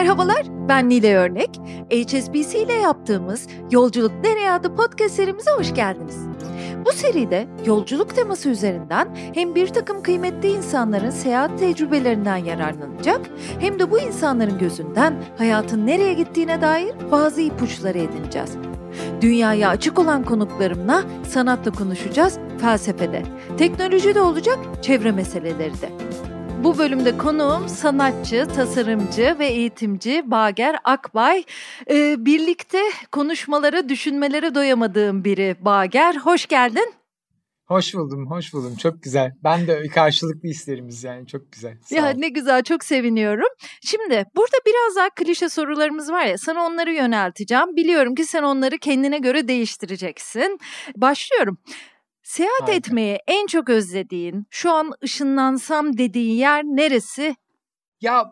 Merhabalar, ben Nilay Örnek. HSBC ile yaptığımız Yolculuk Nereye adlı podcast serimize hoş geldiniz. Bu seride yolculuk teması üzerinden hem bir takım kıymetli insanların seyahat tecrübelerinden yararlanacak, hem de bu insanların gözünden hayatın nereye gittiğine dair bazı ipuçları edineceğiz. Dünyaya açık olan konuklarımla sanatla konuşacağız, felsefede. Teknoloji de olacak, çevre meseleleri de. Bu bölümde konuğum sanatçı, tasarımcı ve eğitimci Bager Akbay. Birlikte konuşmalara, düşünmelere doyamadığım biri Bager. Hoş geldin. Hoş buldum. Çok güzel. Ben de karşılıklı hislerimiz yani çok güzel. Ya ne güzel, çok seviniyorum. Şimdi burada biraz daha klişe sorularımız var ya, sana onları yönelteceğim. Biliyorum ki sen onları kendine göre değiştireceksin. Başlıyorum. Seyahat etmeyi en çok özlediğin, şu an ışınlansam dediğin yer neresi? Ya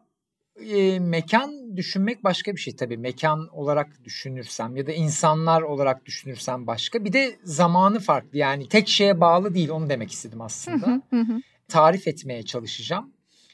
mekan düşünmek başka bir şey tabii. Mekan olarak düşünürsem ya da insanlar olarak düşünürsem başka. Bir de zamanı farklı, yani tek şeye bağlı değil, onu demek istedim aslında. Tarif etmeye çalışacağım.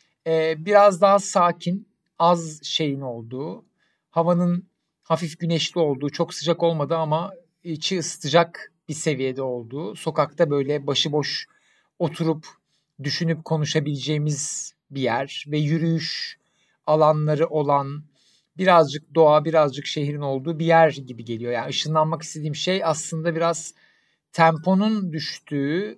Biraz daha sakin, az şeyin olduğu, havanın hafif güneşli olduğu, çok sıcak olmadı ama içi ısıtacak bir seviyede olduğu, sokakta böyle başıboş oturup düşünüp konuşabileceğimiz bir yer ve yürüyüş alanları olan, birazcık doğa, birazcık şehrin olduğu bir yer gibi geliyor. Yani ışınlanmak istediğim şey aslında biraz temponun düştüğü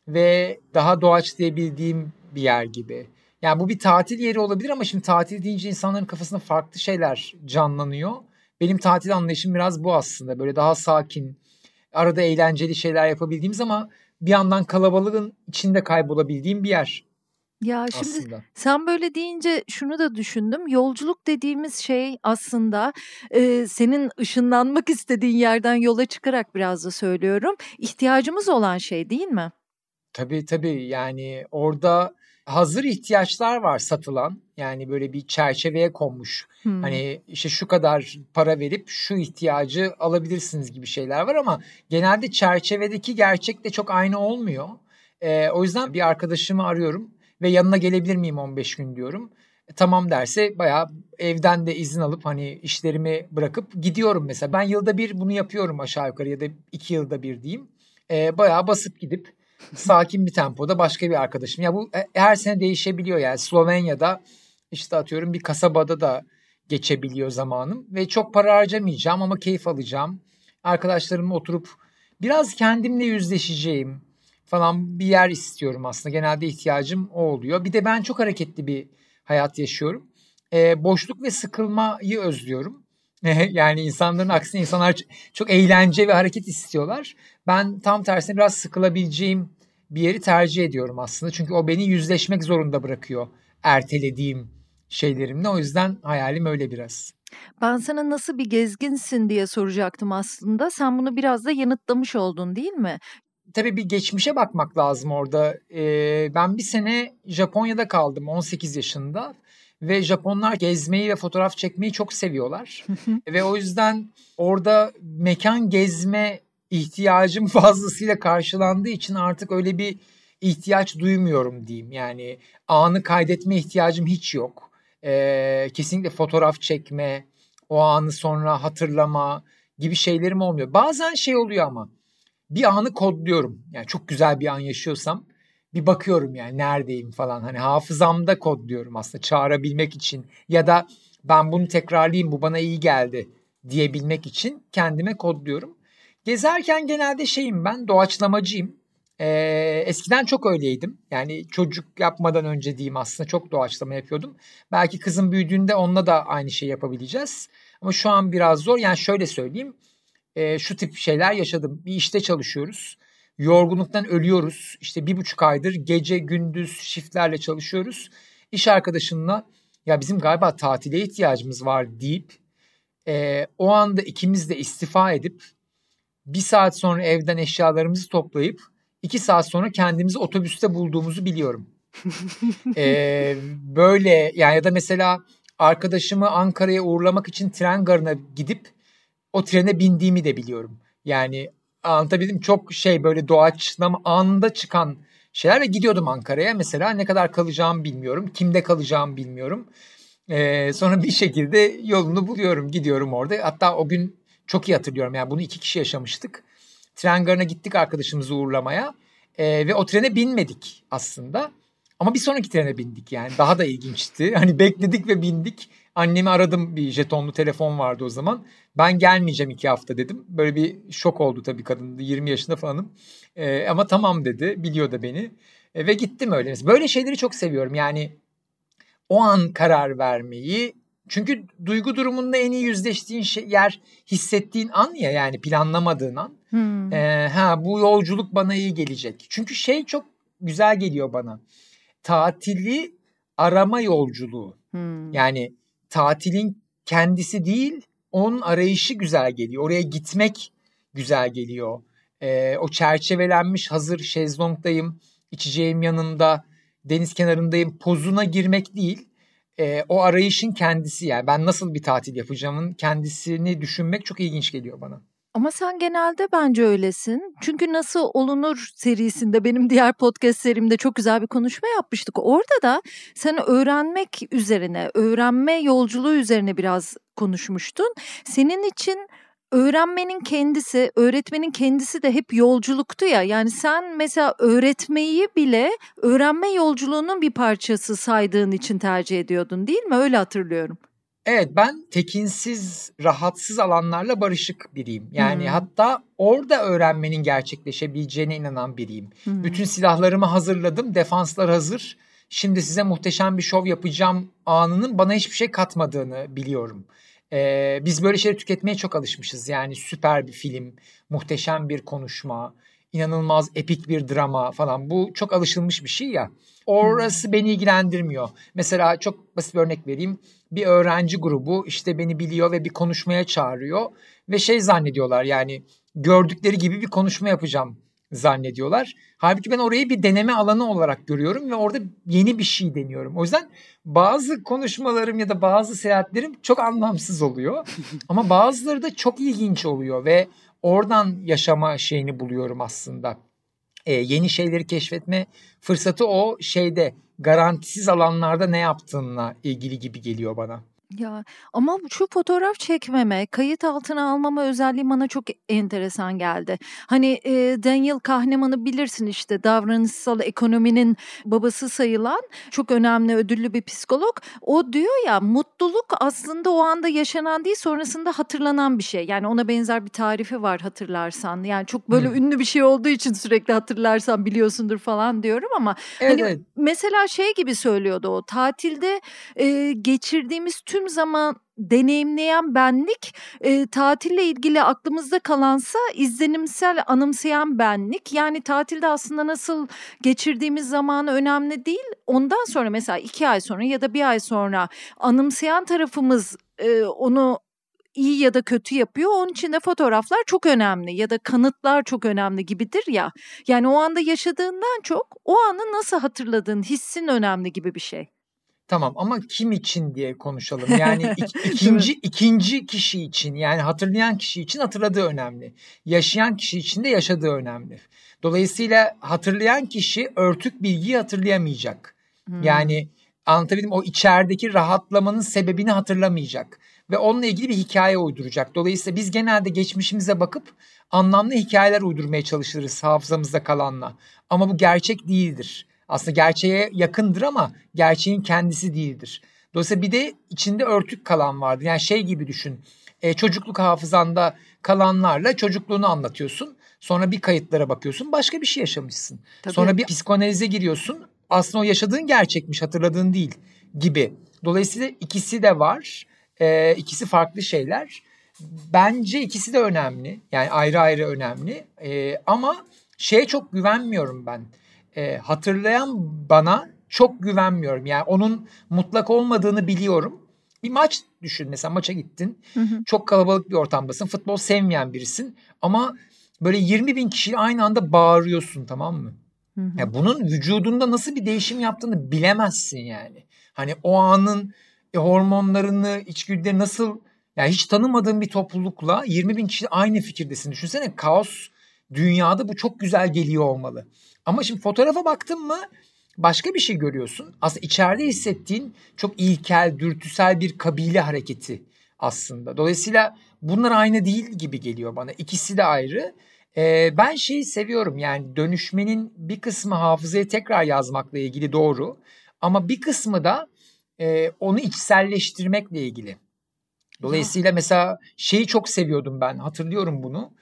ve daha doğaçlayabildiğim bir yer gibi. Yani bu bir tatil yeri olabilir ama şimdi tatil deyince insanların kafasında farklı şeyler canlanıyor. Benim tatil anlayışım biraz bu aslında. Böyle daha sakin, arada eğlenceli şeyler yapabildiğimiz ama bir yandan kalabalığın içinde kaybolabildiğim bir yer. Ya şimdi aslında sen böyle deyince şunu da düşündüm. Yolculuk dediğimiz şey aslında senin ışınlanmak istediğin yerden yola çıkarak biraz da söylüyorum. İhtiyacımız olan şey değil mi? Tabii, yani orada hazır ihtiyaçlar var satılan. Yani böyle bir çerçeveye konmuş. Hani işte şu kadar para verip şu ihtiyacı alabilirsiniz gibi şeyler var ama genelde çerçevedeki gerçekle çok aynı olmuyor. O yüzden bir arkadaşımı arıyorum ve yanına gelebilir miyim 15 gün diyorum. Tamam derse bayağı evden de izin alıp hani işlerimi bırakıp gidiyorum mesela. Ben yılda bir bunu yapıyorum aşağı yukarı, ya da 2 yılda bir diyeyim. Bayağı basıp gidip sakin bir tempoda başka bir arkadaşım. Ya bu her sene değişebiliyor yani. Slovenya'da işte atıyorum bir kasabada da geçebiliyor zamanım ve çok para harcamayacağım ama keyif alacağım. Arkadaşlarımla oturup biraz kendimle yüzleşeceğim falan bir yer istiyorum aslında. Genelde ihtiyacım o oluyor. Bir de ben çok hareketli bir hayat yaşıyorum. Boşluk ve sıkılmayı özlüyorum. Yani insanların aksine insanlar çok eğlence ve hareket istiyorlar. Ben tam tersine biraz sıkılabileceğim bir yeri tercih ediyorum aslında. Çünkü o beni yüzleşmek zorunda bırakıyor ertelediğim şeylerimle. O yüzden hayalim öyle biraz. Ben sana nasıl bir gezginsin diye soracaktım aslında. Sen bunu biraz da yanıtlamış oldun değil mi? Tabii bir geçmişe bakmak lazım orada. Ben bir sene Japonya'da kaldım 18 yaşında. Ve Japonlar gezmeyi ve fotoğraf çekmeyi çok seviyorlar. Ve o yüzden orada mekan gezme ihtiyacım fazlasıyla karşılandığı için artık öyle bir ihtiyaç duymuyorum diyeyim. Yani anı kaydetme ihtiyacım hiç yok. Kesinlikle fotoğraf çekme, o anı sonra hatırlama gibi şeylerim olmuyor. Bazen şey oluyor ama bir anı kodluyorum. Yani çok güzel bir an yaşıyorsam bir bakıyorum yani neredeyim falan. Hani hafızamda kodluyorum aslında çağırabilmek için ya da ben bunu tekrarlayayım, bu bana iyi geldi diyebilmek için kendime kodluyorum. Gezerken genelde ben doğaçlamacıyım. Eskiden çok öyleydim. Yani çocuk yapmadan önce diyeyim aslında çok doğaçlama yapıyordum. Belki kızım büyüdüğünde onunla da aynı şeyi yapabileceğiz. Ama şu an biraz zor. Yani şöyle söyleyeyim. Şu tip şeyler yaşadım. Bir işte çalışıyoruz. Yorgunluktan ölüyoruz. İşte 1,5 aydır gece gündüz shiftlerle çalışıyoruz. İş arkadaşımla ya bizim galiba tatile ihtiyacımız var deyip o anda ikimiz de istifa edip 1 saat sonra evden eşyalarımızı toplayıp 2 saat sonra kendimizi otobüste bulduğumuzu biliyorum. Böyle yani, ya da mesela arkadaşımı Ankara'ya uğurlamak için tren garına gidip o trene bindiğimi de biliyorum. Yani anlatabildim, çok böyle doğaçlama anında çıkan şeyler ve gidiyordum Ankara'ya. Mesela ne kadar kalacağımı bilmiyorum. Kimde kalacağımı bilmiyorum. Sonra bir şekilde yolunu buluyorum, gidiyorum orada. Hatta o gün çok iyi hatırlıyorum. Yani bunu 2 kişi yaşamıştık. Tren garına gittik arkadaşımızı uğurlamaya. Ve o trene binmedik aslında. Ama bir sonraki trene bindik yani. Daha da ilginçti. Hani bekledik ve bindik. Annemi aradım, bir jetonlu telefon vardı o zaman. Ben gelmeyeceğim 2 hafta dedim. Böyle bir şok oldu tabii kadın. 20 yaşında falanım. Ama tamam dedi. Biliyor da beni. Ve gittim öyle. Böyle şeyleri çok seviyorum. Yani o an karar vermeyi. Çünkü duygu durumunda en iyi yüzleştiğin yer hissettiğin an ya, yani planlamadığın an. Bu yolculuk bana iyi gelecek. Çünkü şey çok güzel geliyor bana. Tatili arama yolculuğu. Yani tatilin kendisi değil, onun arayışı güzel geliyor. Oraya gitmek güzel geliyor. O çerçevelenmiş hazır şezlongdayım, içeceğim yanında, deniz kenarındayım pozuna girmek değil. O arayışın kendisi, yani ben nasıl bir tatil yapacağımın kendisini düşünmek çok ilginç geliyor bana. Ama sen genelde bence öylesin. Çünkü Nasıl Olunur serisinde, benim diğer podcast serimde çok güzel bir konuşma yapmıştık. Orada da sen öğrenmek üzerine, öğrenme yolculuğu üzerine biraz konuşmuştun. Senin için öğrenmenin kendisi, öğretmenin kendisi de hep yolculuktu ya. Yani sen mesela öğretmeyi bile öğrenme yolculuğunun bir parçası saydığın için tercih ediyordun, değil mi? Öyle hatırlıyorum. Evet, ben tekinsiz, rahatsız alanlarla barışık biriyim. Yani hatta orada öğrenmenin gerçekleşebileceğine inanan biriyim. Bütün silahlarımı hazırladım, defanslar hazır. Şimdi size muhteşem bir şov yapacağım anının bana hiçbir şey katmadığını biliyorum. Biz böyle şeyleri tüketmeye çok alışmışız. Yani süper bir film, muhteşem bir konuşma, inanılmaz epik bir drama falan. Bu çok alışılmış bir şey ya. Orası beni ilgilendirmiyor. Mesela çok basit bir örnek vereyim. Bir öğrenci grubu işte beni biliyor ve bir konuşmaya çağırıyor. Ve şey zannediyorlar, yani gördükleri gibi bir konuşma yapacağım zannediyorlar. Halbuki ben orayı bir deneme alanı olarak görüyorum ve orada yeni bir şey deniyorum. O yüzden bazı konuşmalarım ya da bazı seyahatlerim çok anlamsız oluyor. Ama bazıları da çok ilginç oluyor ve oradan yaşama şeyini buluyorum aslında. Yeni şeyleri keşfetme fırsatı o şeyde, garantisiz alanlarda ne yaptığınla ilgili gibi geliyor bana. Ya ama şu fotoğraf çekmeme, kayıt altına almama özelliği bana çok enteresan geldi. Hani Daniel Kahneman'ı bilirsin, işte davranışsal ekonominin babası sayılan çok önemli, ödüllü bir psikolog. O diyor ya, mutluluk aslında o anda yaşanan değil, sonrasında hatırlanan bir şey. Yani ona benzer bir tarifi var, hatırlarsan. Yani çok böyle ünlü bir şey olduğu için sürekli hatırlarsan biliyorsundur falan diyorum ama Evet, hani evet. mesela şey gibi söylüyordu o, tatilde geçirdiğimiz tüm zaman deneyimleyen benlik, tatille ilgili aklımızda kalansa izlenimsel anımsayan benlik. Yani tatilde aslında nasıl geçirdiğimiz zamanı önemli değil. Ondan sonra mesela 2 ay sonra ya da 1 ay sonra anımsayan tarafımız onu iyi ya da kötü yapıyor. Onun için de fotoğraflar çok önemli ya da kanıtlar çok önemli gibidir ya. Yani o anda yaşadığından çok o anı nasıl hatırladığın, hissin önemli gibi bir şey. Tamam, ama kim için diye konuşalım. Yani ikinci kişi için, yani hatırlayan kişi için hatırladığı önemli. Yaşayan kişi için de yaşadığı önemli. Dolayısıyla hatırlayan kişi örtük bilgiyi hatırlayamayacak. Yani anlatabildim, o içerideki rahatlamanın sebebini hatırlamayacak. Ve onunla ilgili bir hikaye uyduracak. Dolayısıyla biz genelde geçmişimize bakıp anlamlı hikayeler uydurmaya çalışırız hafızamızda kalanla. Ama bu gerçek değildir. Aslında gerçeğe yakındır ama gerçeğin kendisi değildir. Dolayısıyla bir de içinde örtük kalan vardır. Yani şey gibi düşün. Çocukluk hafızanda kalanlarla çocukluğunu anlatıyorsun. Sonra bir kayıtlara bakıyorsun, başka bir şey yaşamışsın. Tabii. Sonra bir psikanalize giriyorsun. Aslında o yaşadığın gerçekmiş, hatırladığın değil gibi. Dolayısıyla ikisi de var. İkisi farklı şeyler. Bence ikisi de önemli. Yani ayrı ayrı önemli. Ama şeye çok güvenmiyorum ben. Hatırlayan bana çok güvenmiyorum. Yani onun mutlak olmadığını biliyorum. Bir maç düşün, mesela maça gittin. Çok kalabalık bir ortamdasın. Futbol sevmeyen birisin. Ama böyle 20.000 kişiyle aynı anda bağırıyorsun, tamam mı? Ya bunun vücudunda nasıl bir değişim yaptığını bilemezsin yani. Hani o anın hormonlarını, içgüdüleri nasıl, yani hiç tanımadığın bir toplulukla 20.000 kişi aynı fikirdesin. Düşünsene, kaos dünyada bu çok güzel geliyor olmalı. Ama şimdi fotoğrafa baktın mı başka bir şey görüyorsun. Aslında içeride hissettiğin çok ilkel, dürtüsel bir kabile hareketi aslında. Dolayısıyla bunlar aynı değil gibi geliyor bana. İkisi de ayrı. Ben şeyi seviyorum, yani dönüşmenin bir kısmı hafızayı tekrar yazmakla ilgili, doğru. Ama bir kısmı da onu içselleştirmekle ilgili. Dolayısıyla mesela şeyi çok seviyordum ben, hatırlıyorum bunu.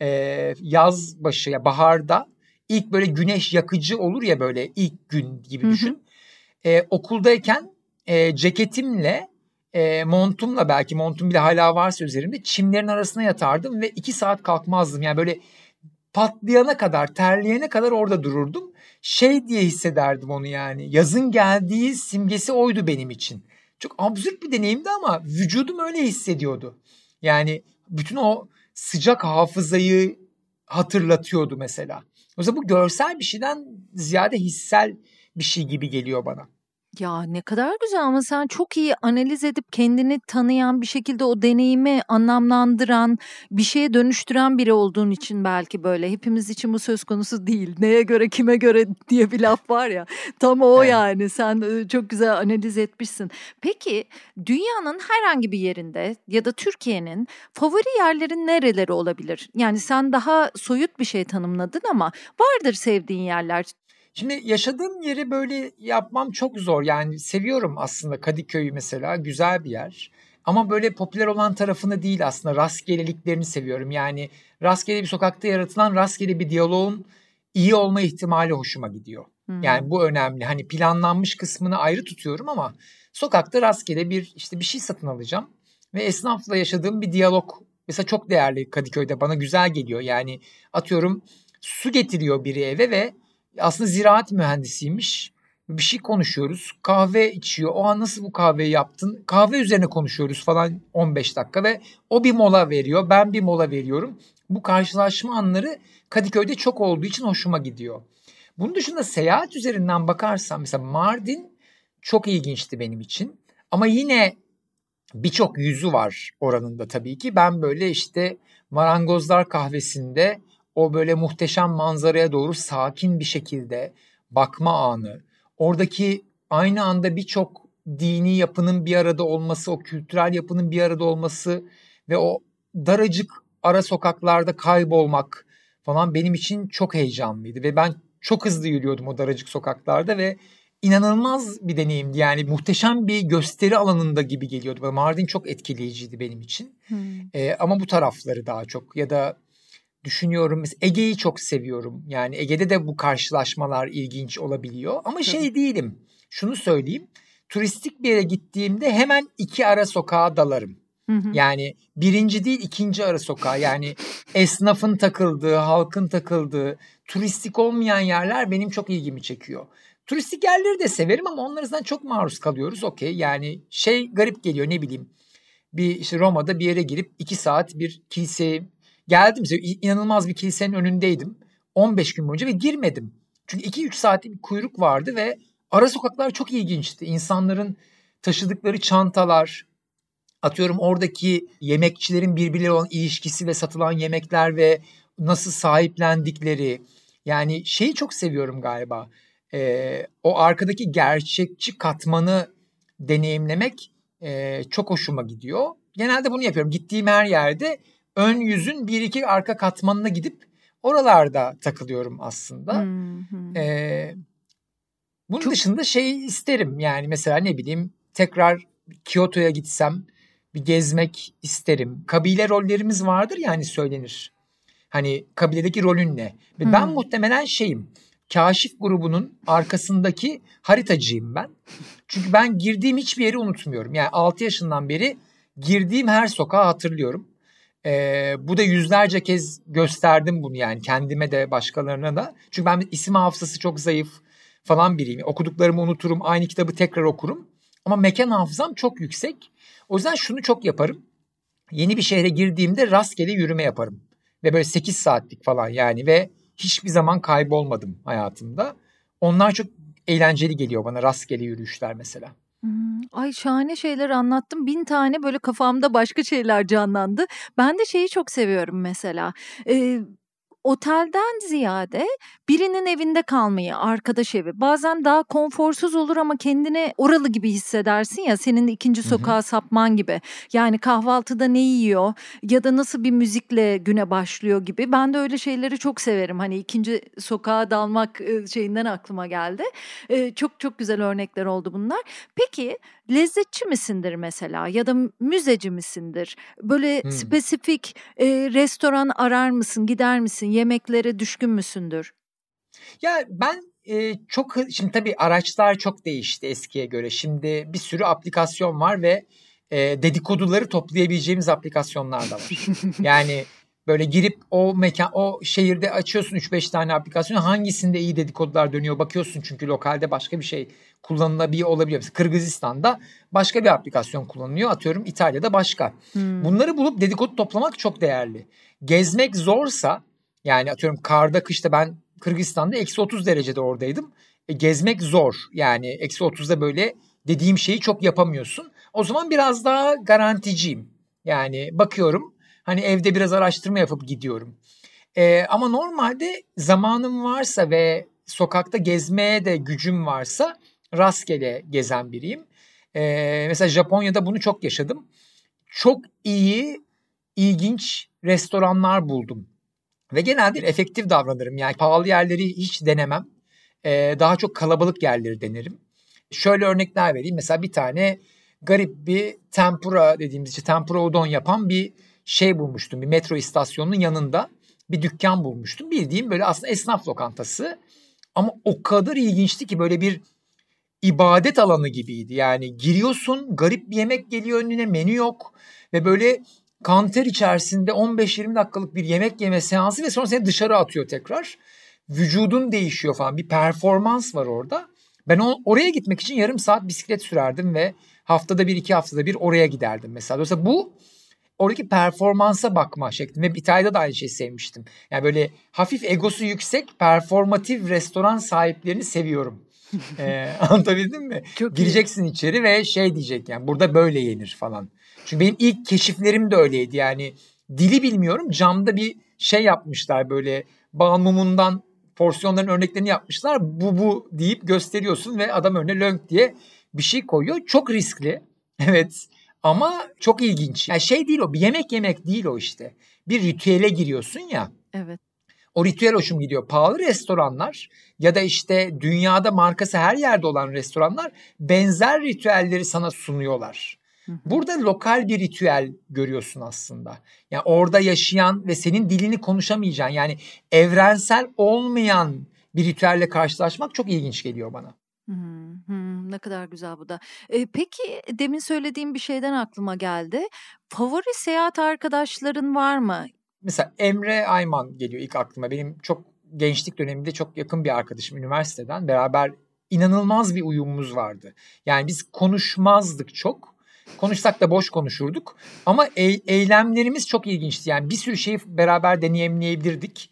Yaz başı ya baharda ilk böyle güneş yakıcı olur ya, böyle ilk gün gibi düşün. Okuldayken ceketimle montumla, belki montum bile hala varsa üzerimde, çimlerin arasına yatardım ve 2 saat kalkmazdım. Yani böyle patlayana kadar, terleyene kadar orada dururdum. Şey diye hissederdim onu yani. Yazın geldiği simgesi oydu benim için. Çok absürt bir deneyimdi ama vücudum öyle hissediyordu. Yani bütün o sıcak hafızayı hatırlatıyordu mesela. O zaman bu görsel bir şeyden ziyade hissel bir şey gibi geliyor bana. Ya ne kadar güzel, ama sen çok iyi analiz edip kendini tanıyan, bir şekilde o deneyimi anlamlandıran, bir şeye dönüştüren biri olduğun için belki böyle. Hepimiz için bu söz konusu değil. Neye göre, kime göre diye bir laf var ya. Tam o Evet. yani. Sen çok güzel analiz etmişsin. Peki dünyanın herhangi bir yerinde ya da Türkiye'nin favori yerlerin nereleri olabilir? Yani sen daha soyut bir şey tanımladın ama vardır sevdiğin yerler. Şimdi yaşadığım yeri böyle yapmam çok zor. Yani seviyorum aslında Kadıköy'ü mesela, güzel bir yer. Ama böyle popüler olan tarafını değil, aslında rastgeleliklerini seviyorum. Yani rastgele bir sokakta yaratılan rastgele bir diyaloğun iyi olma ihtimali hoşuma gidiyor. Yani bu önemli. Hani planlanmış kısmını ayrı tutuyorum ama sokakta rastgele bir şey satın alacağım. Ve esnafla yaşadığım bir diyalog mesela çok değerli Kadıköy'de, bana güzel geliyor. Yani atıyorum, su getiriyor biri eve ve aslında ziraat mühendisiymiş. Bir şey konuşuyoruz. Kahve içiyor. O an nasıl bu kahveyi yaptın? Kahve üzerine konuşuyoruz falan 15 dakika ve o bir mola veriyor. Ben bir mola veriyorum. Bu karşılaşma anları Kadıköy'de çok olduğu için hoşuma gidiyor. Bunun dışında seyahat üzerinden bakarsam mesela Mardin çok ilginçti benim için. Ama yine birçok yüzü var oranın da tabii ki. Ben böyle işte Marangozlar Kahvesi'nde o böyle muhteşem manzaraya doğru sakin bir şekilde bakma anı, oradaki aynı anda birçok dini yapının bir arada olması, o kültürel yapının bir arada olması ve o daracık ara sokaklarda kaybolmak falan benim için çok heyecanlıydı ve ben çok hızlı yürüyordum o daracık sokaklarda ve inanılmaz bir deneyimdi. Yani muhteşem bir gösteri alanında gibi geliyordu. Mardin çok etkileyiciydi benim için. Ama bu tarafları daha çok, ya da düşünüyorum mesela Ege'yi çok seviyorum. Yani Ege'de de bu karşılaşmalar ilginç olabiliyor. Ama şey değilim. Şunu söyleyeyim. Turistik bir yere gittiğimde hemen 2 ara sokağa dalarım. Yani birinci değil, 2. ara sokağa. Yani esnafın takıldığı, halkın takıldığı, turistik olmayan yerler benim çok ilgimi çekiyor. Turistik yerleri de severim ama onlardan çok maruz kalıyoruz. Okey, yani şey garip geliyor, ne bileyim. İşte Roma'da bir yere girip 2 saat bir kiliseye geldim. Mesela inanılmaz bir kilisenin önündeydim 15 gün boyunca ve girmedim. Çünkü 2-3 saatlik bir kuyruk vardı ve ara sokaklar çok ilginçti. İnsanların taşıdıkları çantalar, atıyorum oradaki yemekçilerin birbirleriyle olan ilişkisi ve satılan yemekler ve nasıl sahiplendikleri. Yani şeyi çok seviyorum galiba. O arkadaki gerçekçi katmanı deneyimlemek çok hoşuma gidiyor. Genelde bunu yapıyorum. Gittiğim her yerde ön yüzün 1-2 arka katmanına gidip oralarda takılıyorum aslında. Bunun dışında şey isterim. Yani mesela ne bileyim, tekrar Kyoto'ya gitsem bir gezmek isterim. Kabile rollerimiz vardır yani, söylenir. Hani kabiledeki rolün ne? Ve ben muhtemelen şeyim. Kaşif grubunun arkasındaki haritacıyım ben. Çünkü ben girdiğim hiçbir yeri unutmuyorum. Yani 6 yaşından beri girdiğim her sokağı hatırlıyorum. Bu da yüzlerce kez gösterdim bunu, yani kendime de başkalarına da. Çünkü ben isim hafızası çok zayıf falan biriyim. Okuduklarımı unuturum, aynı kitabı tekrar okurum. Ama mekan hafızam çok yüksek. O yüzden şunu çok yaparım. Yeni bir şehre girdiğimde rastgele yürüme yaparım. Ve böyle 8 saatlik falan yani, ve hiçbir zaman kaybolmadım hayatımda. Onlar çok eğlenceli geliyor bana, rastgele yürüyüşler mesela. Ay şahane şeyler anlattım. 1000 tane böyle kafamda başka şeyler canlandı. Ben de şeyi çok seviyorum mesela. otelden ziyade birinin evinde kalmayı, arkadaş evi. Bazen daha konforsuz olur ama kendini oralı gibi hissedersin ya, senin ikinci sokağa sapman gibi. Yani kahvaltıda ne yiyor ya da nasıl bir müzikle güne başlıyor gibi. Ben de öyle şeyleri çok severim. Hani ikinci sokağa dalmak şeyinden aklıma geldi. Çok çok güzel örnekler oldu bunlar. Peki lezzetçi misindir mesela ya da müzeci misindir? Böyle spesifik restoran arar mısın, gider misin, yemeklere düşkün müsündür? Ya ben şimdi tabii araçlar çok değişti eskiye göre. Şimdi bir sürü aplikasyon var ve dedikoduları toplayabileceğimiz aplikasyonlar da var. Yani böyle girip o şehirde açıyorsun 3-5 tane aplikasyon, hangisinde iyi dedikodular dönüyor bakıyorsun, çünkü lokalde başka bir şey kullanılabiliyor olabiliyor. Mesela Kırgızistan'da başka bir aplikasyon kullanılıyor. Atıyorum İtalya'da başka. Bunları bulup dedikodu toplamak çok değerli. Gezmek zorsa, yani atıyorum karda kışta, ben Kırgızistan'da -30 derecede oradaydım. Gezmek zor. Yani -30'da böyle dediğim şeyi çok yapamıyorsun. O zaman biraz daha garanticiyim. Yani bakıyorum, hani evde biraz araştırma yapıp gidiyorum. Ama normalde zamanım varsa ve sokakta gezmeye de gücüm varsa rastgele gezen biriyim. Mesela Japonya'da bunu çok yaşadım. Çok iyi, ilginç restoranlar buldum. Ve genelde efektif davranırım. Yani pahalı yerleri hiç denemem. Daha çok kalabalık yerleri denerim. Şöyle örnekler vereyim. Mesela bir tane garip bir tempura dediğimiz, işte tempura udon yapan bir şey bulmuştum. Bir metro istasyonunun yanında bir dükkan bulmuştum. Bildiğim böyle aslında esnaf lokantası. Ama o kadar ilginçti ki, böyle bir ibadet alanı gibiydi. Yani giriyorsun, garip bir yemek geliyor önüne, menü yok. Ve böyle kanter içerisinde 15-20 dakikalık bir yemek yeme seansı ve sonra seni dışarı atıyor tekrar. Vücudun değişiyor falan, bir performans var orada. Ben oraya gitmek için yarım saat bisiklet sürerdim ve haftada bir, 2 haftada bir oraya giderdim mesela. Dolayısıyla bu oradaki performansa bakma şeklim. Ve İtalya'da da aynı şeyi sevmiştim. Yani böyle hafif egosu yüksek, performatif restoran sahiplerini seviyorum. Anlatabildim mi? Çok Gireceksin içeri ve şey diyecek, yani burada böyle yenir falan. Çünkü benim ilk keşiflerim de öyleydi. Yani dili bilmiyorum, camda bir şey yapmışlar, böyle bal mumundan porsiyonların örneklerini yapmışlar. Bu deyip gösteriyorsun ve adam önüne lönk diye bir şey koyuyor. Çok riskli. Evet. Ama çok ilginç. Yani şey değil o, bir yemek değil o işte. Bir ritüele giriyorsun ya. Evet. O ritüel hoşum gidiyor. Pahalı restoranlar ya da işte dünyada markası her yerde olan restoranlar benzer ritüelleri sana sunuyorlar. Burada lokal bir ritüel görüyorsun aslında. Yani orada yaşayan ve senin dilini konuşamayacağın, yani evrensel olmayan bir ritüelle karşılaşmak çok ilginç geliyor bana. Ne kadar güzel bu da. Peki demin söylediğim bir şeyden aklıma geldi. Favori seyahat arkadaşların var mı? Mesela Emre Ayman geliyor ilk aklıma. Benim çok gençlik döneminde çok yakın bir arkadaşım, üniversiteden. Beraber inanılmaz bir uyumumuz vardı. Yani biz konuşmazdık çok. Konuşsak da boş konuşurduk. Ama eylemlerimiz çok ilginçti. Yani bir sürü şeyi beraber deneyimleyebilirdik.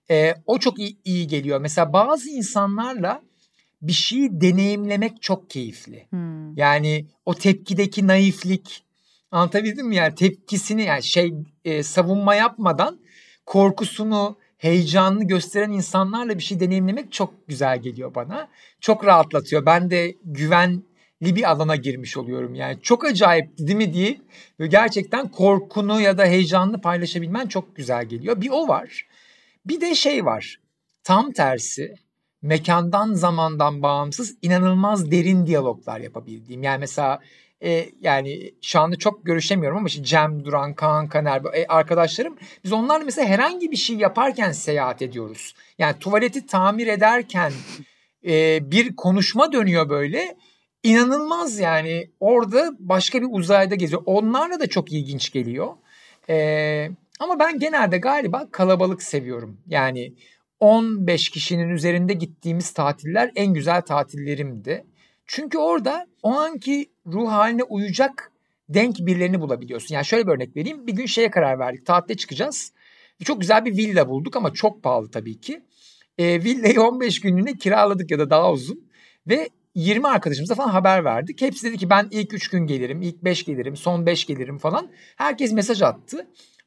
O çok iyi geliyor. Mesela bazı insanlarla bir şeyi deneyimlemek çok keyifli. Yani o tepkideki naiflik, anlatabildim mi? Yani tepkisini, yani savunma yapmadan korkusunu, heyecanını gösteren insanlarla bir şey deneyimlemek çok güzel geliyor bana. Çok rahatlatıyor. Ben de güvenli bir alana girmiş oluyorum. Yani çok acayip değil mi değil. Gerçekten korkunu ya da heyecanını paylaşabilmen çok güzel geliyor. Bir o var. Bir de şey var. Tam tersi. Mekandan, zamandan bağımsız inanılmaz derin diyaloglar yapabildiğim. Yani mesela yani şu anda çok görüşemiyorum ama işte Cem Duran, Kaan Kaner arkadaşlarım, biz onlarla mesela herhangi bir şey yaparken seyahat ediyoruz. Yani tuvaleti tamir ederken bir konuşma dönüyor böyle. İnanılmaz, yani orada başka bir uzayda geziyor. Onlarla da çok ilginç geliyor. Ama ben genelde galiba kalabalık seviyorum. Yani 15 kişinin üzerinde gittiğimiz tatiller en güzel tatillerimdi. Çünkü orada o anki ruh haline uyacak denk birilerini bulabiliyorsun. Yani şöyle bir örnek vereyim. Bir gün şeye karar verdik. Tatile çıkacağız. Çok güzel bir villa bulduk ama çok pahalı tabii ki. Villayı 15 günlüğüne kiraladık ya da daha uzun. Ve 20 arkadaşımıza falan haber verdik. Hepsi dedi ki ben ilk 3 gün gelirim, ilk 5 gelirim, son 5 gelirim falan. Herkes mesaj attı.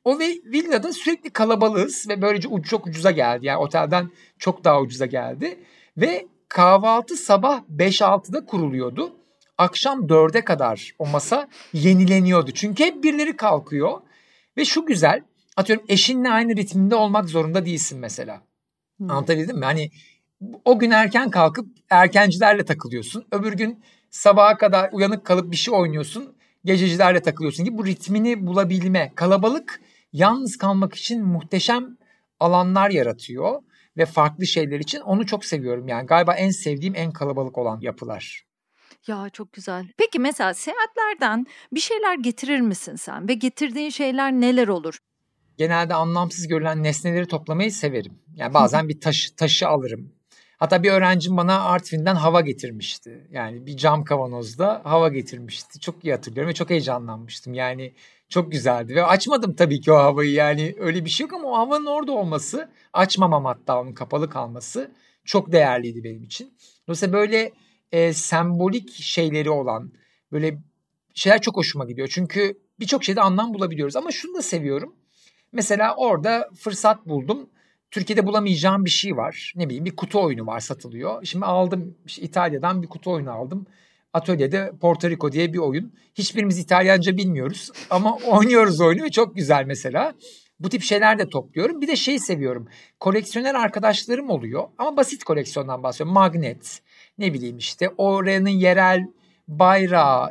O villada sürekli kalabalığız ve böylece çok ucuza geldi. Yani otelden çok daha ucuza geldi. Ve kahvaltı sabah 5-6'da kuruluyordu. Akşam 4'e kadar o masa yenileniyordu. Çünkü hep birileri kalkıyor. Ve şu güzel, atıyorum eşinle aynı ritminde olmak zorunda değilsin mesela. Anlatabildim mi? Hani o gün erken kalkıp erkencilerle takılıyorsun. Öbür gün sabaha kadar uyanık kalıp bir şey oynuyorsun. Gececilerle takılıyorsun gibi bu ritmini bulabilme. Kalabalık yalnız kalmak için muhteşem alanlar yaratıyor. Ve farklı şeyler için onu çok seviyorum. Yani galiba en sevdiğim en kalabalık olan yapılar. Ya çok güzel. Peki mesela seyahatlerden bir şeyler getirir misin sen? Ve getirdiğin şeyler neler olur? Genelde anlamsız görülen nesneleri toplamayı severim. Yani bazen bir taşı alırım. Hatta bir öğrencim bana Artvin'den hava getirmişti. Yani bir cam kavanozda hava getirmişti. Çok iyi hatırlıyorum ve çok heyecanlanmıştım. Yani çok güzeldi ve açmadım tabii ki o havayı. Yani öyle bir şey yok ama o havanın orada olması, açmamam hatta onun kapalı kalması çok değerliydi benim için. Dolayısıyla böyle sembolik şeyleri olan böyle şeyler çok hoşuma gidiyor. Çünkü birçok şeyde anlam bulabiliyoruz ama şunu da seviyorum. Mesela orada fırsat buldum. Türkiye'de bulamayacağım bir şey var. Ne bileyim bir kutu oyunu var, satılıyor. Şimdi aldım işte İtalya'dan bir kutu oyunu aldım. Atölyede Porto Rico diye bir oyun. Hiçbirimiz İtalyanca bilmiyoruz ama oynuyoruz oyunu ve çok güzel mesela. Bu tip şeyler de topluyorum. Bir de şey seviyorum. Koleksiyoner arkadaşlarım oluyor ama basit koleksiyondan bahsediyorum. Magnet, ne bileyim işte oranın yerel bayrağı,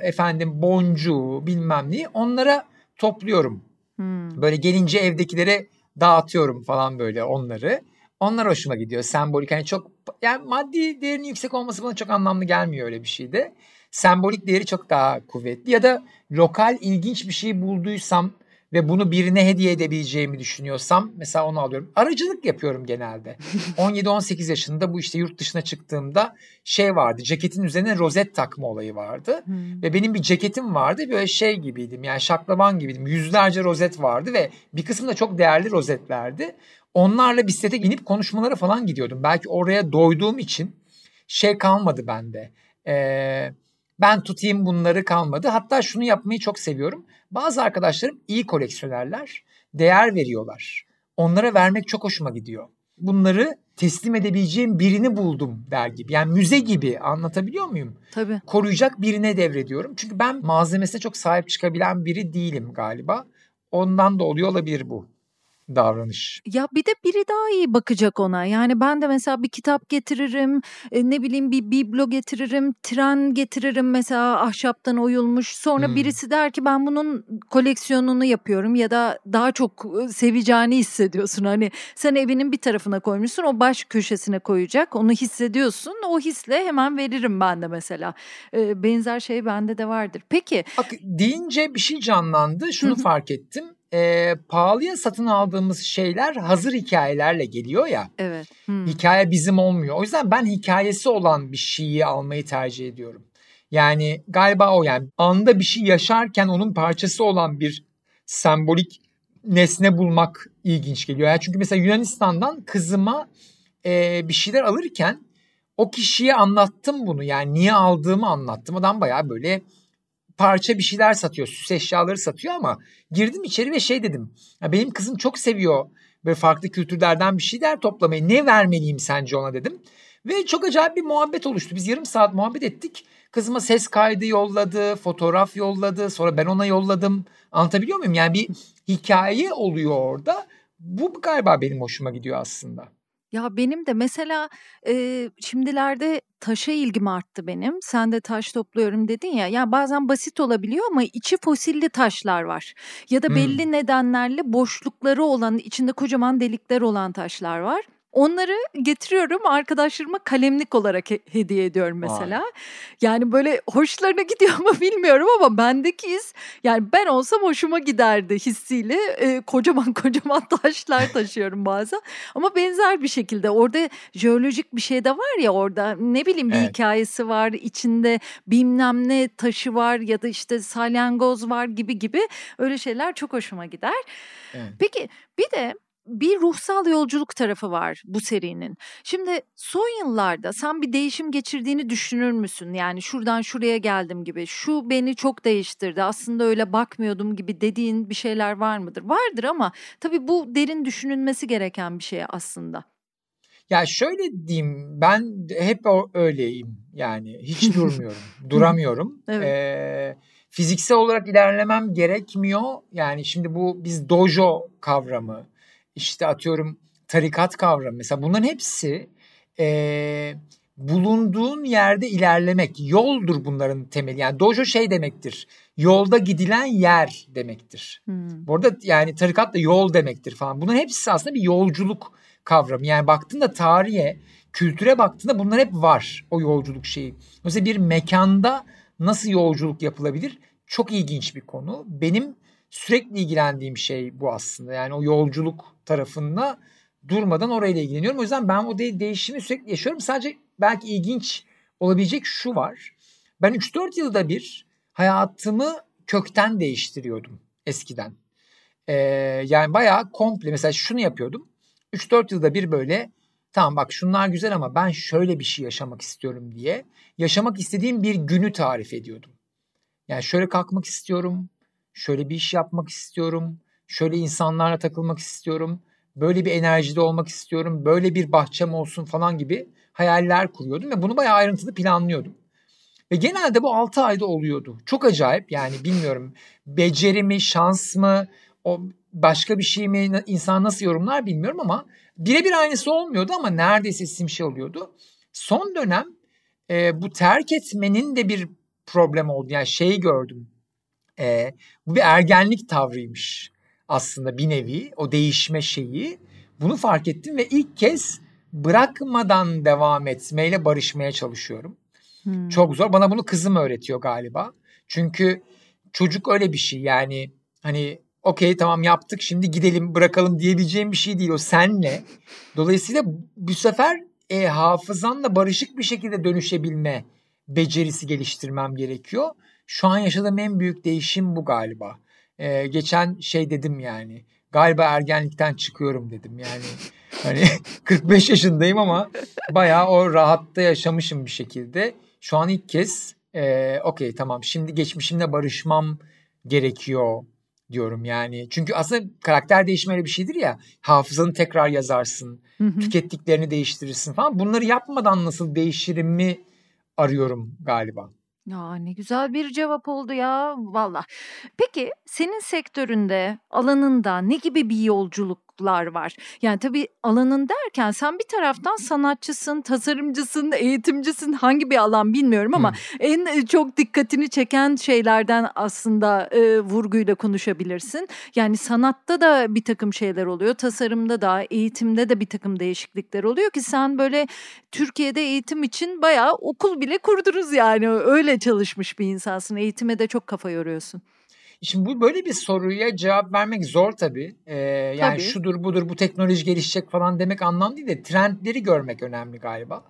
boncuğu bilmem ne, onlara topluyorum. Böyle gelince evdekilere dağıtıyorum falan böyle onları. Onlar hoşuma gidiyor. Sembolik, hani çok, yani maddi değerinin yüksek olması bana çok anlamlı gelmiyor öyle bir şeyde. Sembolik değeri çok daha kuvvetli. Ya da lokal ilginç bir şey bulduysam ve bunu birine hediye edebileceğimi düşünüyorsam mesela onu alıyorum. Aracılık yapıyorum genelde. 17-18 yaşında bu işte yurt dışına çıktığımda şey vardı. Ceketin üzerine rozet takma olayı vardı. Ve benim bir ceketim vardı. Böyle şey gibiydim. Yani şaklaban gibiydim. Yüzlerce rozet vardı ve bir kısım da çok değerli rozetlerdi. Onlarla bisiklete binip konuşmalara falan gidiyordum. Belki oraya doyduğum için şey kalmadı bende. Ben tutayım bunları kalmadı. Hatta şunu yapmayı çok seviyorum. Bazı arkadaşlarım iyi koleksiyonerler, değer veriyorlar. Onlara vermek çok hoşuma gidiyor. Bunları teslim edebileceğim birini buldum der gibi. Yani müze gibi, anlatabiliyor muyum? Tabii. Koruyacak birine devrediyorum. Çünkü ben malzemesine çok sahip çıkabilen biri değilim galiba. Ondan da oluyor olabilir bu davranış. Ya bir de biri daha iyi bakacak ona. Yani ben de mesela bir kitap getiririm, ne bileyim bir biblo getiririm, tren getiririm mesela ahşaptan oyulmuş. Sonra birisi der ki ben bunun koleksiyonunu yapıyorum ya da daha çok seveceğini hissediyorsun. Hani sen evinin bir tarafına koymuşsun, o baş köşesine koyacak, onu hissediyorsun. O hisle hemen veririm ben de mesela. Benzer şey bende de vardır. Peki. Bak deyince bir şey canlandı. Şunu fark ettim. Pahalıya satın aldığımız şeyler hazır hikayelerle geliyor ya. Evet. Hikaye bizim olmuyor. O yüzden ben hikayesi olan bir şeyi almayı tercih ediyorum. Yani galiba o, yani anda bir şey yaşarken onun parçası olan bir sembolik nesne bulmak ilginç geliyor. Yani çünkü mesela Yunanistan'dan kızıma bir şeyler alırken o kişiye anlattım bunu. Yani niye aldığımı anlattım. Adam bayağı böyle parça bir şeyler satıyor, süs eşyaları satıyor ama girdim içeri ve şey dedim. Ya benim kızım çok seviyor böyle farklı kültürlerden bir şeyler toplamayı. Ne vermeliyim sence ona dedim. Ve çok acayip bir muhabbet oluştu. Biz yarım saat muhabbet ettik. Kızıma ses kaydı yolladı, fotoğraf yolladı. Sonra ben ona yolladım. Anlatabiliyor muyum? Yani bir hikaye oluyor orada. Bu galiba benim hoşuma gidiyor aslında. Ya benim de mesela şimdilerde taşa ilgim arttı benim. Sen de taş topluyorum dedin ya. Ya bazen basit olabiliyor ama içi fosilli taşlar var. Ya da belli nedenlerle boşlukları olan, içinde kocaman delikler olan taşlar var. Onları getiriyorum, arkadaşlarıma kalemlik olarak hediye ediyorum mesela. Vay. Yani böyle hoşlarına gidiyor mu bilmiyorum ama bendeki his, yani ben olsam hoşuma giderdi hissiyle kocaman kocaman taşlar taşıyorum bazen. Ama benzer bir şekilde orada jeolojik bir şey de var ya, orada ne bileyim bir hikayesi var, içinde bilmem ne taşı var ya da işte salyangoz var gibi öyle şeyler çok hoşuma gider. Evet. Peki bir de bir ruhsal yolculuk tarafı var bu serinin. Şimdi son yıllarda sen bir değişim geçirdiğini düşünür müsün? Yani şuradan şuraya geldim gibi, şu beni çok değiştirdi, aslında öyle bakmıyordum gibi dediğin bir şeyler var mıdır? Vardır ama tabii bu derin düşünülmesi gereken bir şey aslında. Ya şöyle diyeyim, ben hep öyleyim yani, hiç durmuyorum, duramıyorum. Evet. Fiziksel olarak ilerlemem gerekmiyor. Yani şimdi biz dojo kavramı, işte atıyorum tarikat kavramı, mesela bunların hepsi bulunduğun yerde ilerlemek, yoldur bunların temeli. Yani dojo şey demektir, yolda gidilen yer demektir. Bu arada yani tarikat da yol demektir falan. Bunların hepsi aslında bir yolculuk kavramı. Yani baktığında tarihe, kültüre baktığında bunlar hep var, o yolculuk şeyi. Mesela bir mekanda nasıl yolculuk yapılabilir? Çok ilginç bir konu. Benim sürekli ilgilendiğim şey bu aslında. Yani o yolculuk tarafında durmadan orayla ilgileniyorum. O yüzden ben o değişimi sürekli yaşıyorum. Sadece belki ilginç olabilecek şu var. Ben 3-4 yılda bir hayatımı kökten değiştiriyordum eskiden. Yani bayağı komple, mesela şunu yapıyordum. 3-4 yılda bir böyle, tamam bak şunlar güzel ama ben şöyle bir şey yaşamak istiyorum diye yaşamak istediğim bir günü tarif ediyordum. Yani şöyle kalkmak istiyorum, şöyle bir iş yapmak istiyorum, şöyle insanlarla takılmak istiyorum, böyle bir enerjide olmak istiyorum, böyle bir bahçem olsun falan gibi hayaller kuruyordum ve bunu bayağı ayrıntılı planlıyordum. Ve genelde bu 6 ayda oluyordu. Çok acayip, yani bilmiyorum, beceri mi, şans mı, o başka bir şey mi, insan nasıl yorumlar bilmiyorum ama birebir aynısı olmuyordu ama neredeyse simşe oluyordu. Son dönem bu terk etmenin de bir problem oldu. Yani şeyi gördüm. Bu bir ergenlik tavrıymış aslında bir nevi, o değişme şeyi. Bunu fark ettim ve ilk kez bırakmadan devam etmeyle barışmaya çalışıyorum. Çok zor. Bana bunu kızım öğretiyor galiba. Çünkü çocuk öyle bir şey, yani hani okey tamam yaptık şimdi gidelim bırakalım diyebileceğim bir şey değil, o senle. Dolayısıyla bu sefer hafızanla barışık bir şekilde dönüşebilme becerisi geliştirmem gerekiyor. Şu an yaşadığım en büyük değişim bu galiba. Geçen şey dedim, yani galiba ergenlikten çıkıyorum dedim, yani hani 45 yaşındayım ama bayağı o rahatta yaşamışım bir şekilde. Şu an ilk kez okey tamam şimdi geçmişimle barışmam gerekiyor diyorum yani. Çünkü aslında karakter değişimi öyle bir şeydir ya. Hafızanı tekrar yazarsın. Tükettiklerini değiştirirsin falan. Bunları yapmadan nasıl değişirimi arıyorum galiba. Ya ne güzel bir cevap oldu ya valla. Peki senin sektöründe, alanında ne gibi bir yolculuklar var? Yani tabii alanın derken sen bir taraftan sanatçısın, tasarımcısın, eğitimcisin, hangi bir alan bilmiyorum ama en çok dikkatini çeken şeylerden aslında vurguyla konuşabilirsin. Yani sanatta da bir takım şeyler oluyor, tasarımda da, eğitimde de bir takım değişiklikler oluyor ki sen böyle Türkiye'de eğitim için bayağı okul bile kurdunuz, yani öyle çalışmış bir insansın. Eğitime de çok kafa yoruyorsun. Şimdi bu böyle bir soruya cevap vermek zor tabii. Yani Tabii. şudur budur, bu teknoloji gelişecek falan demek anlam değil de trendleri görmek önemli galiba.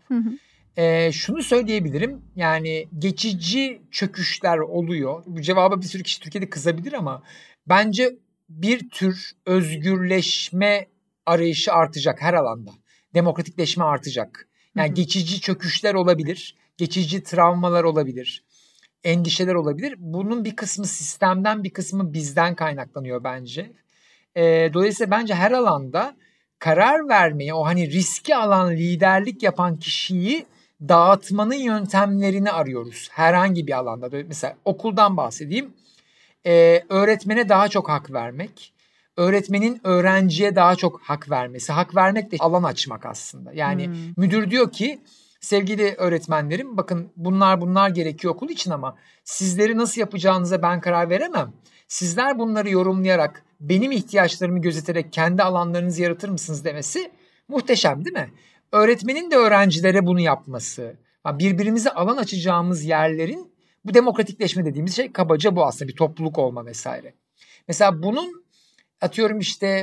Şunu söyleyebilirim, yani geçici çöküşler oluyor. Bu cevaba bir sürü kişi Türkiye'de kızabilir ama bence bir tür özgürleşme arayışı artacak her alanda. Demokratikleşme artacak. Yani geçici çöküşler olabilir, geçici travmalar olabilir, endişeler olabilir. Bunun bir kısmı sistemden, bir kısmı bizden kaynaklanıyor bence. Dolayısıyla bence her alanda karar vermeyi, o hani riski alan, liderlik yapan kişiyi dağıtmanın yöntemlerini arıyoruz. Herhangi bir alanda. Mesela okuldan bahsedeyim. Öğretmene daha çok hak vermek. Öğretmenin öğrenciye daha çok hak vermesi. Hak vermek de alan açmak aslında. Yani müdür diyor ki sevgili öğretmenlerim, bakın bunlar gerekiyor okul için ama sizleri nasıl yapacağınıza ben karar veremem. Sizler bunları yorumlayarak, benim ihtiyaçlarımı gözeterek kendi alanlarınızı yaratır mısınız demesi muhteşem değil mi? Öğretmenin de öğrencilere bunu yapması, birbirimize alan açacağımız yerlerin, bu demokratikleşme dediğimiz şey kabaca bu aslında, bir topluluk olma vesaire. Mesela bunun atıyorum işte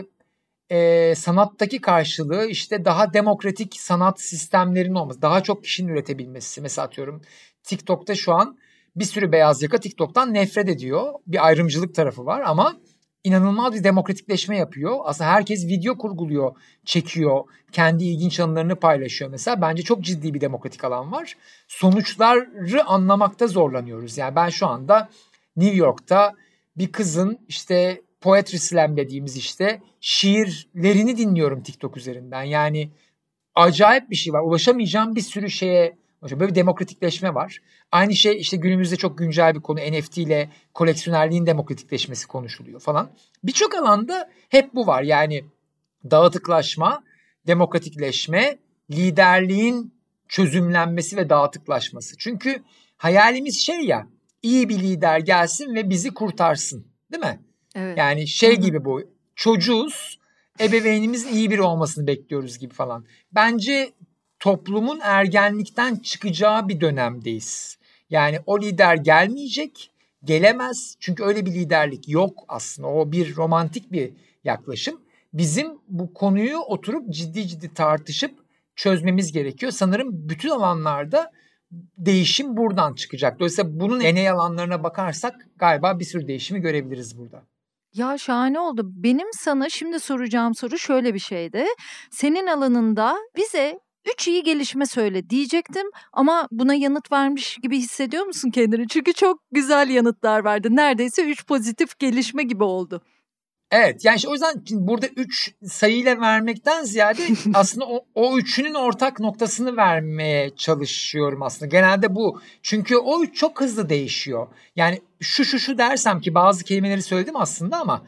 sanattaki karşılığı işte daha demokratik sanat sistemlerinin olması, daha çok kişinin üretebilmesi. Mesela atıyorum TikTok'ta şu an bir sürü beyaz yaka TikTok'tan nefret ediyor. Bir ayrımcılık tarafı var ama inanılmaz bir demokratikleşme yapıyor. Aslında herkes video kurguluyor, çekiyor, kendi ilginç anılarını paylaşıyor mesela. Bence çok ciddi bir demokratik alan var. Sonuçları anlamakta zorlanıyoruz. Yani ben şu anda New York'ta bir kızın işte poetry slam dediğimiz işte şiirlerini dinliyorum TikTok üzerinden. Yani acayip bir şey var. Ulaşamayacağım bir sürü şeye, böyle bir demokratikleşme var. Aynı şey işte günümüzde çok güncel bir konu, NFT ile koleksiyonerliğin demokratikleşmesi konuşuluyor falan. Birçok alanda hep bu var. Yani dağıtıklaşma, demokratikleşme, liderliğin çözümlenmesi ve dağıtıklaşması. Çünkü hayalimiz şey ya, iyi bir lider gelsin ve bizi kurtarsın, değil mi? Evet. Yani şey gibi bu, çocuğuz, ebeveynimizin iyi biri olmasını bekliyoruz gibi falan. Bence toplumun ergenlikten çıkacağı bir dönemdeyiz. Yani o lider gelmeyecek, gelemez. Çünkü öyle bir liderlik yok aslında. O bir romantik bir yaklaşım. Bizim bu konuyu oturup ciddi tartışıp çözmemiz gerekiyor. Sanırım bütün alanlarda değişim buradan çıkacak. Dolayısıyla bunun deney alanlarına bakarsak galiba bir sürü değişimi görebiliriz burada. Ya şahane oldu. Benim sana şimdi soracağım soru şöyle bir şeydi. Senin alanında bize 3 iyi gelişme söyle diyecektim ama buna yanıt vermiş gibi hissediyor musun kendini? Çünkü çok güzel yanıtlar verdin. Neredeyse 3 pozitif gelişme gibi oldu. Evet, yani işte o yüzden burada 3 sayıyla vermekten ziyade aslında o üçünün ortak noktasını vermeye çalışıyorum aslında. Genelde bu. Çünkü o üç çok hızlı değişiyor. Yani şu dersem ki bazı kelimeleri söyledim aslında ama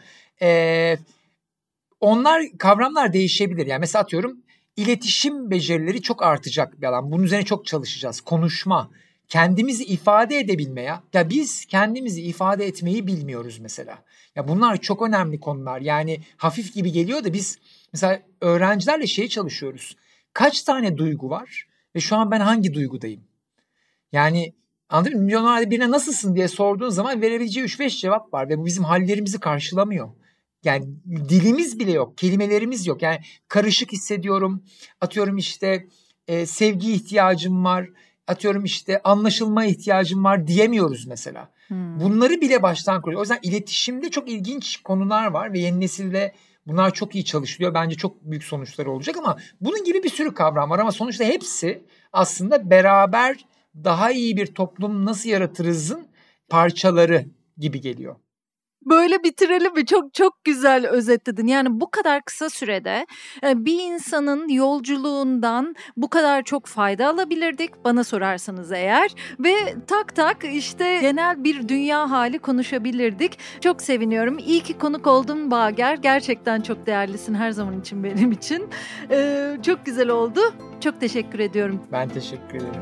kavramlar değişebilir. Yani mesela atıyorum iletişim becerileri çok artacak bir alan. Bunun üzerine çok çalışacağız. Konuşma, kendimizi ifade edebilme ya. Ya biz kendimizi ifade etmeyi bilmiyoruz mesela. Ya bunlar çok önemli konular. Yani hafif gibi geliyor da biz mesela öğrencilerle çalışıyoruz. Kaç tane duygu var ve şu an ben hangi duygudayım? Yani anladın mı? Milyonlarca birine nasılsın diye sorduğun zaman verebileceği 3-5 cevap var ve bu bizim hallerimizi karşılamıyor. Yani dilimiz bile yok, kelimelerimiz yok. Yani karışık hissediyorum, atıyorum işte sevgi ihtiyacım var, atıyorum işte anlaşılma ihtiyacım var diyemiyoruz mesela. Bunları bile baştan kuruyor. O yüzden iletişimde çok ilginç konular var ve yeni nesilde bunlar çok iyi çalışılıyor. Bence çok büyük sonuçları olacak ama bunun gibi bir sürü kavram var ama sonuçta hepsi aslında beraber daha iyi bir toplum nasıl yaratırızın parçaları gibi geliyor. Böyle bitirelim mi? Çok çok güzel özetledin. Yani bu kadar kısa sürede bir insanın yolculuğundan bu kadar çok fayda alabilirdik bana sorarsanız eğer. Ve tak işte genel bir dünya hali konuşabilirdik. Çok seviniyorum. İyi ki konuk oldun Bager. Gerçekten çok değerlisin her zaman için benim için. Çok güzel oldu. Çok teşekkür ediyorum. Ben teşekkür ederim.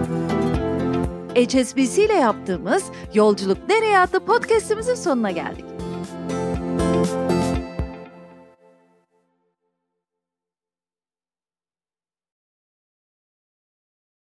HSBC ile yaptığımız Yolculuk Nereye adlı podcast'imizin sonuna geldik.